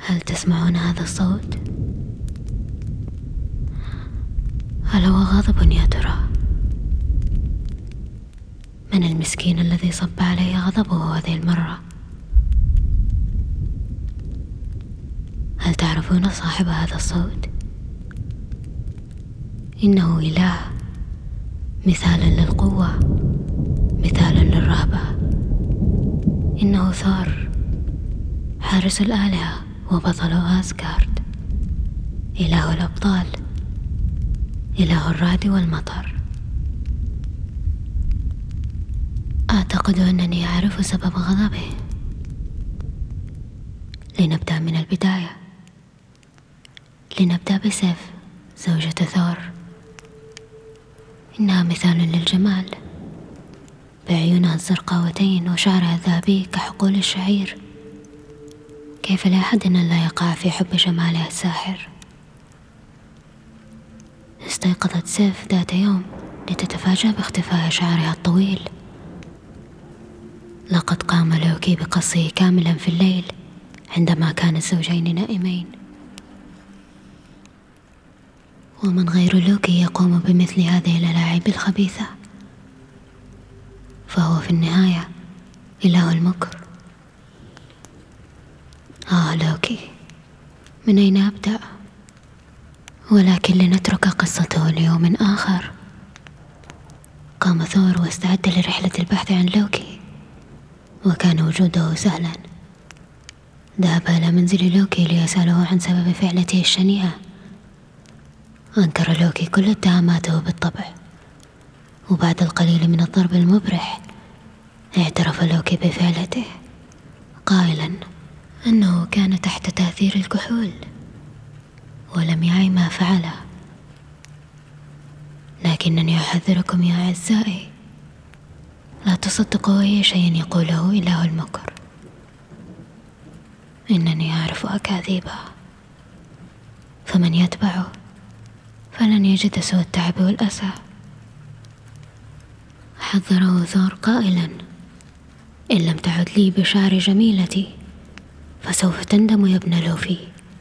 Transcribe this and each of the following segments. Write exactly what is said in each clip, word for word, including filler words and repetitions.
هل تسمعون هذا الصوت؟ هل هو غاضب يا ترى؟ من المسكين الذي صب عليه غضبه هذه المرة؟ هل تعرفون صاحب هذا الصوت؟ إنه إله، مثالا للقوة، مثالا للرهبة. إنه ثور، حارس الآلهة وبطل آسغارد، إله الأبطال، إله الرعد والمطر. أعتقد أنني أعرف سبب غضبه. لنبدأ من البداية. لنبدأ بسيف، زوجة ثور. إنها مثال للجمال، بعيونها الزرقاوتين وشعرها الذهبي كحقول الشعير. كيف لأحد أن لا يقع في حب جمالها الساحر؟ استيقظت سيف ذات يوم لتتفاجأ باختفاء شعرها الطويل. لقد قام لوكي بقصه كاملا في الليل عندما كان الزوجين نائمين، ومن غير لوكي يقوم بمثل هذه الألاعيب الخبيثة؟ فهو في النهاية إله المكر. آه لوكي، من أين أبدأ؟ ولكن لنترك قصته ليوم آخر. قام ثور واستعد لرحلة البحث عن لوكي، وكان وجوده سهلا. ذهب إلى منزل لوكي ليسأله عن سبب فعلته الشنيعة. أنكر لوكي كل اتهاماته بالطبع، وبعد القليل من الضرب المبرح اعترف لوكي بفعلته، قائلا أنه كان تحت تأثير الكحول ولم يعي ما فعله. لكنني أحذركم يا أعزائي، لا تصدقوا أي شيء يقوله إله المكر. إنني أعرف أكاذيبه، فمن يتبعه فلن يجد سوى التعب والأسى. حذره ثور قائلا: إن لم تعد لي بشعر جميلتي فسوف تندم يا ابن لوفي.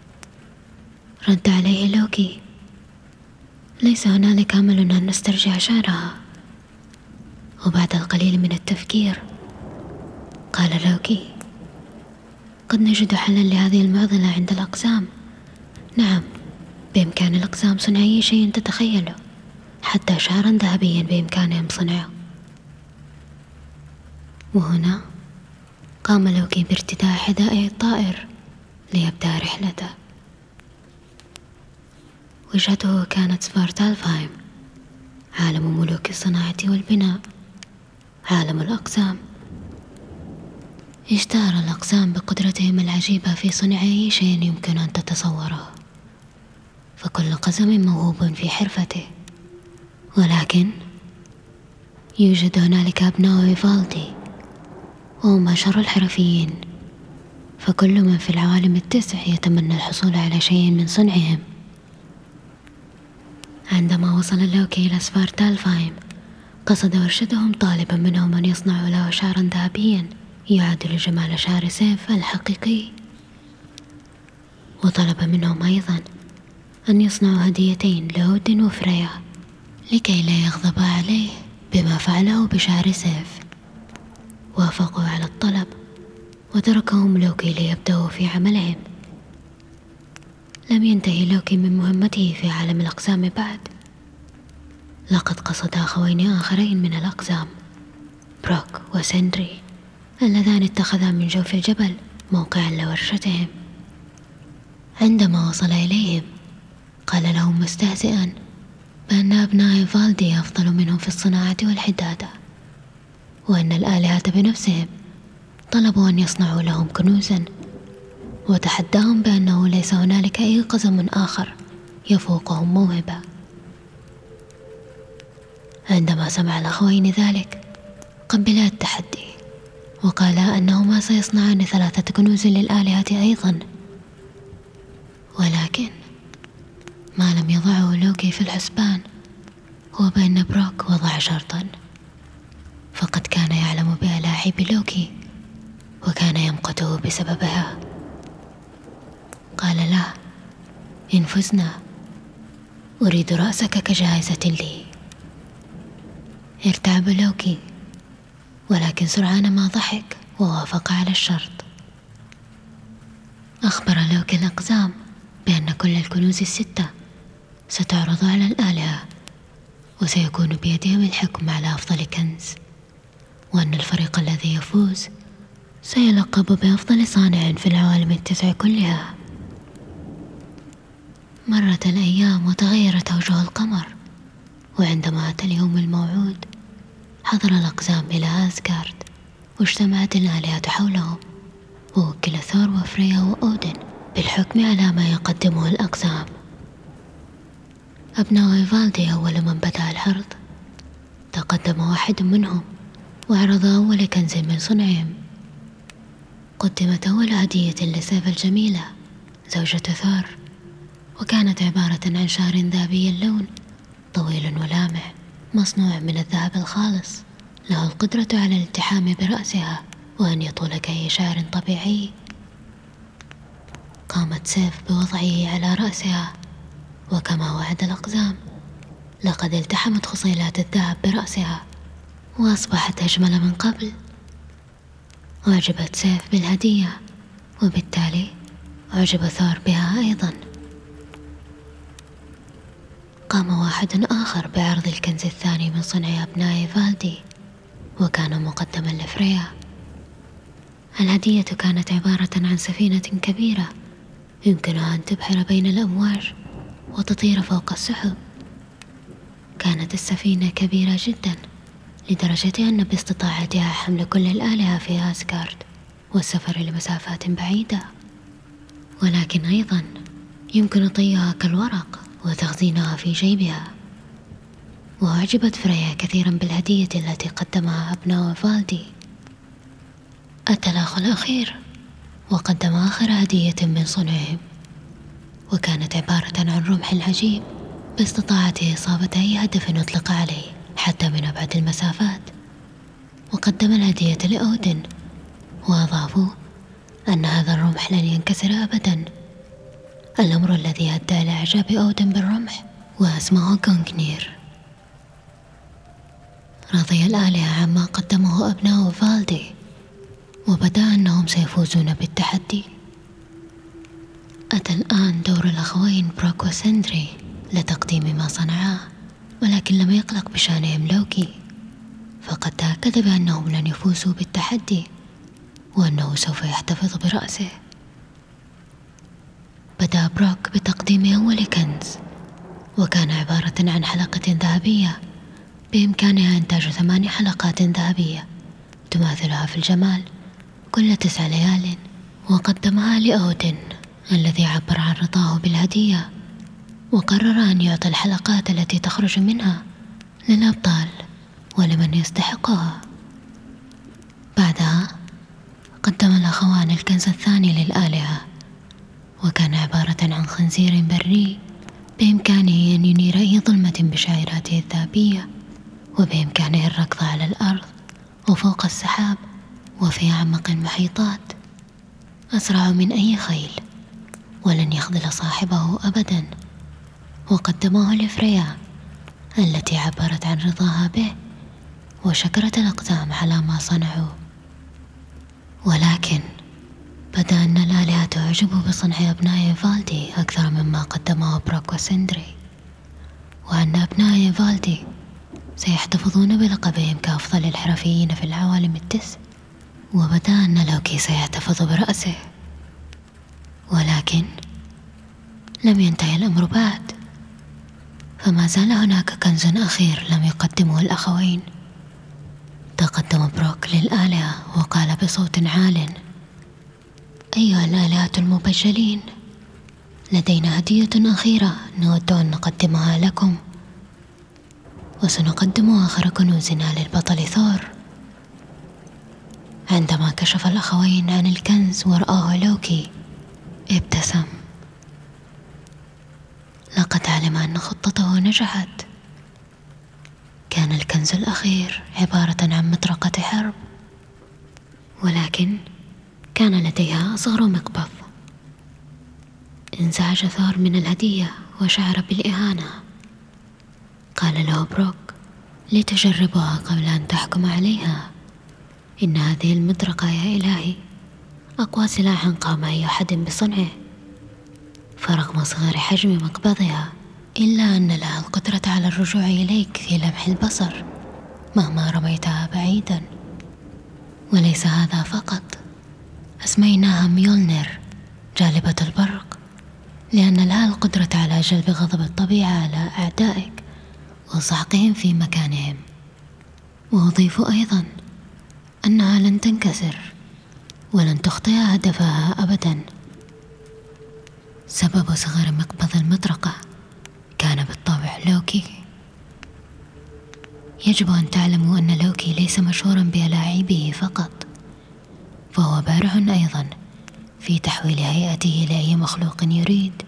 رد عليه لوكي: ليس هنالك أمل أن نسترجع شعرها. وبعد القليل من التفكير قال لوكي: قد نجد حلا لهذه المعضلة عند الأقزام. نعم، بإمكان الأقزام صنع أي شيء تتخيله، حتى شعرا ذهبيا بإمكانهم صنعه. وهنا قام لوكي بارتداء حذائه الطائر ليبدأ رحلته. وجهته كانت سفارتالفهايم، عالم ملوك الصناعة والبناء، عالم الأقزام. اشتهر الأقزام بقدرتهم العجيبة في صنع أي شيء يمكن أن تتصوره، فكل قزم موهوب في حرفته. ولكن يوجد هنالك أبناء فيفالدي، وهم أشهر الحرفيين، فكل من في العوالم التسع يتمنى الحصول على شيء من صنعهم. عندما وصل لوكي إلى سفارتالفهايم قصد ورشتهم طالبا منهم أن يصنعوا له شعرا ذهبيا يعادل جمال شعر سيف الحقيقي، وطلب منهم أيضا أن يصنعوا هديتين لهود وفريا لكي لا يغضب عليه بما فعله بشعر سيف. وافقوا على الطلب وتركهم لوكي ليبدأوا في عملهم. لم ينتهي لوكي من مهمته في عالم الأقزام بعد. لقد قصد أخوين آخرين من الأقزام، بروك وسندري، اللذان اتخذا من جوف الجبل موقعا لورشتهم. عندما وصل إليهم قال لهم مستهزئا بأن أبناء فالدي أفضل منهم في الصناعة والحدادة، وأن الآلهة بنفسهم طلبوا أن يصنعوا لهم كنوزا، وتحداهم بأنه ليس هنالك أي قزم آخر يفوقهم موهبة. عندما سمع الأخوين ذلك قبلا التحدي، وقالا أنهما سيصنعان ثلاثة كنوز للآلهة أيضا. ولكن ما لم يضعه لوكي في الحسبان هو بأن بروك وضع شرطا، فقد كان يعلم بألاعيب لوكي وكان يمقته بسببها. إن فزنا أريد رأسك كجائزة لي. ارتعب لوكي، ولكن سرعان ما ضحك ووافق على الشرط. أخبر لوكي الأقزام بأن كل الكنوز الستة ستعرض على الآلهة، وسيكون بيدهم الحكم على أفضل كنز، وأن الفريق الذي يفوز سيلقب بأفضل صانع في العوالم التسع كلها. مرت الأيام وتغيرت أوجه القمر، وعندما أتى اليوم الموعود حضر الأقزام إلى أسغارد، واجتمعت الآلهة حولهم، ووكل ثور وفريا وأودن بالحكم على ما يقدمه الأقزام. أبناء إيفالدي أول من بدأ الحرث. تقدم واحد منهم وعرض أول كنز من صنعهم. قدمت أول هدية لسيف الجميلة زوجة ثور، وكانت عبارة عن شعر ذهبي اللون طويل ولامع مصنوع من الذهب الخالص، له القدرة على الالتحام برأسها وأن يطول كأي شعر طبيعي. قامت سيف بوضعه على رأسها، وكما وعد الأقزام لقد التحمت خصيلات الذهب برأسها وأصبحت أجمل من قبل. أعجبت سيف بالهدية، وبالتالي أعجب ثور بها أيضا. قام واحد آخر بعرض الكنز الثاني من صنع أبناء إيفالدي، وكان مقدما لفريا. الهدية كانت عبارة عن سفينة كبيرة يمكنها أن تبحر بين الأمواج وتطير فوق السحب. كانت السفينة كبيرة جدا لدرجة أن باستطاعتها حمل كل الآلهة في أسغارد والسفر لمسافات بعيدة، ولكن أيضا يمكن طيها كالورق وتخزينها في جيبها. وأعجبت فريا كثيرا بالهدية التي قدمها أبناء إيفالدي. أتى الأخ الأخير وقدم آخر هدية من صنعهم، وكانت عبارة عن رمح عجيب باستطاعته إصابة أي هدف أطلق عليه حتى من أبعد المسافات. وقدم الهدية لأودن، وأضافوا أن هذا الرمح لن ينكسر أبدا، الأمر الذي أدى إلى إعجاب أودن بالرمح واسمه غونغنير. رضي الآلهة عما قدمه أبناء إيفالدي، وبدا أنهم سيفوزون بالتحدي. أتى الآن دور الأخوين بروك وسندري لتقديم ما صنعاه، ولكن لم يقلق بشأنهم لوكي، فقد تأكد بأنهم لن يفوزوا بالتحدي وأنه سوف يحتفظ برأسه. بدأ بروك بتقديم أول كنز، وكان عبارة عن حلقة ذهبية بإمكانها إنتاج ثمان حلقات ذهبية تماثلها في الجمال كل تسع ليال. وقدمها لأودن الذي عبر عن رضاه بالهدية، وقرر أن يعطي الحلقات التي تخرج منها للأبطال ولمن يستحقها. بعدها قدم الأخوان الكنز الثاني للآلهة، وكان عبارة عن خنزير بري بإمكانه أن ينير أي ظلمة بشعيراته الذهبية، وبإمكانه الركض على الأرض وفوق السحاب وفي أعمق المحيطات، أسرع من أي خيل ولن يخذل صاحبه أبدا. وقدمه لفريا التي عبرت عن رضاها به وشكرت الأقزام على ما صنعوا. ولكن بدا أن الآلهة تعجب بصنع أبناء إيفالدي أكثر مما قدمه بروك وسندري، وأن أبناء إيفالدي سيحتفظون بلقبهم كأفضل الحرفيين في العوالم التسع. وبدا أن لوكي سيحتفظ برأسه، ولكن لم ينتهي الأمر بعد، فما زال هناك كنز أخير لم يقدمه الأخوين. تقدم بروك للآلهة وقال بصوت عال: أيها الآلهة المبجلين، لدينا هدية أخيرة نود أن نقدمها لكم، وسنقدم آخر كنوزنا للبطل ثور. عندما كشف الأخوين عن الكنز ورآه لوكي ابتسم. لقد علم أن خطته نجحت. كان الكنز الأخير عبارة عن مطرقة حرب، ولكن كان لديها أصغر مقبض. انزعج ثور من الهدية وشعر بالإهانة. قال له بروك: لتجربها قبل أن تحكم عليها. إن هذه المطرقة يا إلهي أقوى سلاح قام أي أحد بصنعه، فرغم صغر حجم مقبضها إلا أن لها القدرة على الرجوع إليك في لمح البصر مهما رميتها بعيدا. وليس هذا فقط، أسميناها ميولنير جالبة البرق، لأن لها القدرة على جلب غضب الطبيعة على أعدائك وصعقهم في مكانهم. وأضيف أيضا أنها لن تنكسر ولن تخطئ هدفها أبدا. سبب صغر مقبض المطرقة كان بالطبع لوكي. يجب أن تعلموا أن لوكي ليس مشهورا بألاعيبه فقط، فهو بارع أيضا في تحويل هيئته لأي مخلوق يريد.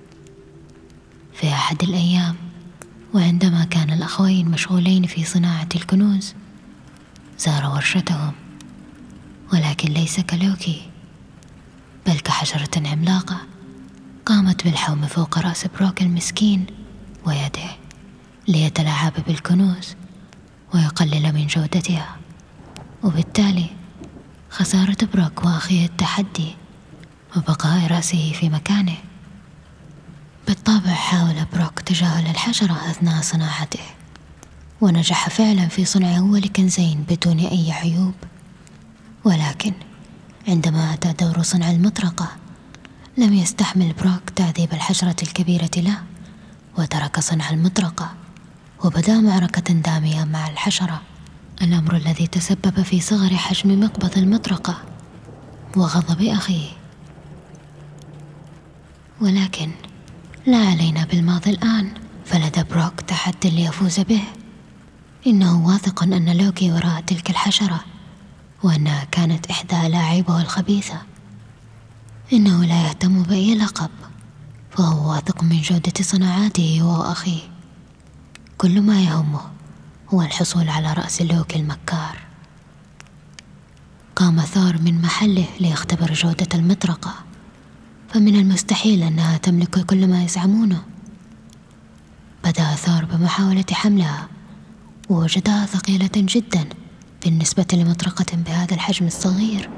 في أحد الأيام وعندما كان الأخوين مشغولين في صناعة الكنوز، زار ورشتهم، ولكن ليس كلوكي بل كحشرة عملاقة قامت بالحوم فوق رأس بروك المسكين ويده ليتلاعب بالكنوز ويقلل من جودتها، وبالتالي خسارة بروك وأخيه التحدي وبقاء رأسه في مكانه. بالطبع حاول بروك تجاهل الحشرة أثناء صناعته، ونجح فعلا في صنع أول كنزين بدون أي عيوب. ولكن عندما أتى دور صنع المطرقة لم يستحمل بروك تعذيب الحشرة الكبيرة له، وترك صنع المطرقة وبدأ معركة دامية مع الحشرة، الأمر الذي تسبب في صغر حجم مقبض المطرقة وغضب أخيه. ولكن لا علينا بالماضي الآن، فلدى بروك تحدي ليفوز به. إنه واثق أن لوكي وراء تلك الحشرة، وأنها كانت إحدى ألاعيبه الخبيثة. إنه لا يهتم بأي لقب، فهو واثق من جودة صناعاته هو وأخيه. كل ما يهمه هو الحصول على رأس لوكي المكار. قام ثور من محله ليختبر جودة المطرقة، فمن المستحيل أنها تملك كل ما يزعمونه. بدأ ثور بمحاولة حملها، ووجدها ثقيلة جدا بالنسبة لمطرقة بهذا الحجم الصغير.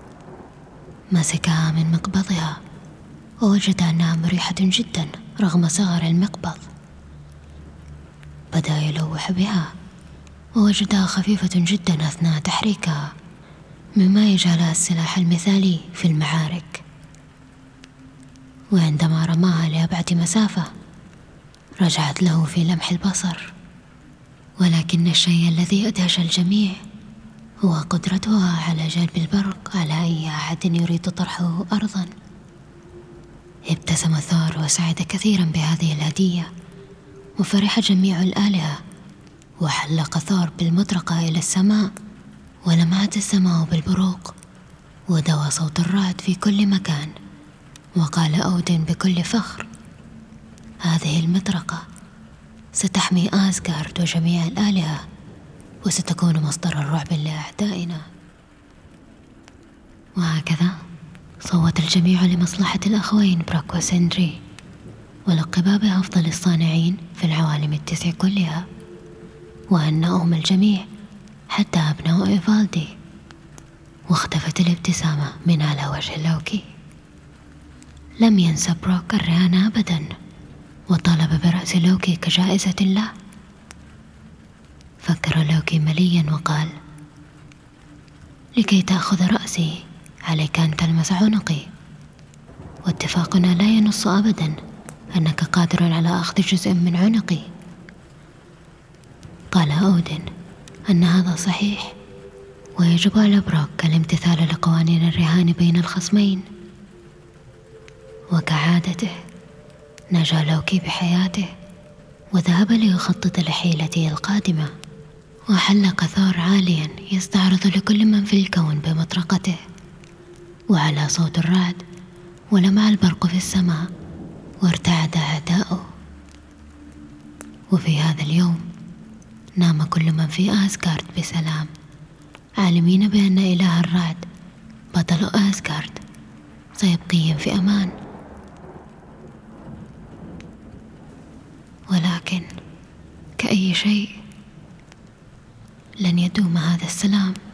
مسكها من مقبضها ووجد أنها مريحة جدا رغم صغر المقبض. بدأ يلوح بها ووجدها خفيفة جدا أثناء تحريكها، مما يجعلها السلاح المثالي في المعارك. وعندما رماها لأبعد مسافة رجعت له في لمح البصر. ولكن الشيء الذي أدهش الجميع هو قدرتها على جلب البرق على أي أحد يريد طرحه أرضا. ابتسم ثور وسعد كثيرا بهذه الهدية، وفرح جميع الآلهة. وحلق ثور بالمطرقة إلى السماء، ولمعت السماء بالبروق، ودوى صوت الرعد في كل مكان. وقال أودن بكل فخر: هذه المطرقة ستحمي آسغارد وجميع الآلهة، وستكون مصدر الرعب لأعدائنا. وهكذا صوت الجميع لمصلحة الأخوين بروك وسندري، ولقبا بأفضل الصانعين في العوالم التسع كلها، وهنأهم الجميع حتى أبناء إيفالدي. واختفت الابتسامة من على وجه لوكي. لم ينسى بروك الرهان أبدا، وطالب برأس لوكي كجائزة له. فكر لوكي مليا وقال: لكي تأخذ رأسي عليك أن تلمس عنقي، واتفاقنا لا ينص أبدا أنك قادر على أخذ جزء من عنقي. قال أودن أن هذا صحيح، ويجب على بروك الامتثال لقوانين الرهان بين الخصمين. وكعادته نجا لوكي بحياته، وذهب ليخطط لحيلته القادمة. وحلق ثور عاليا يستعرض لكل من في الكون بمطرقته، وعلى صوت الرعد ولمع البرق في السماء، وارتعد أعداؤه. وفي هذا اليوم نام كل من في آسغارد بسلام، عالمين بأن إله الرعد بطل آسغارد سيبقيهم في أمان. أي شيء لن يدوم هذا السلام.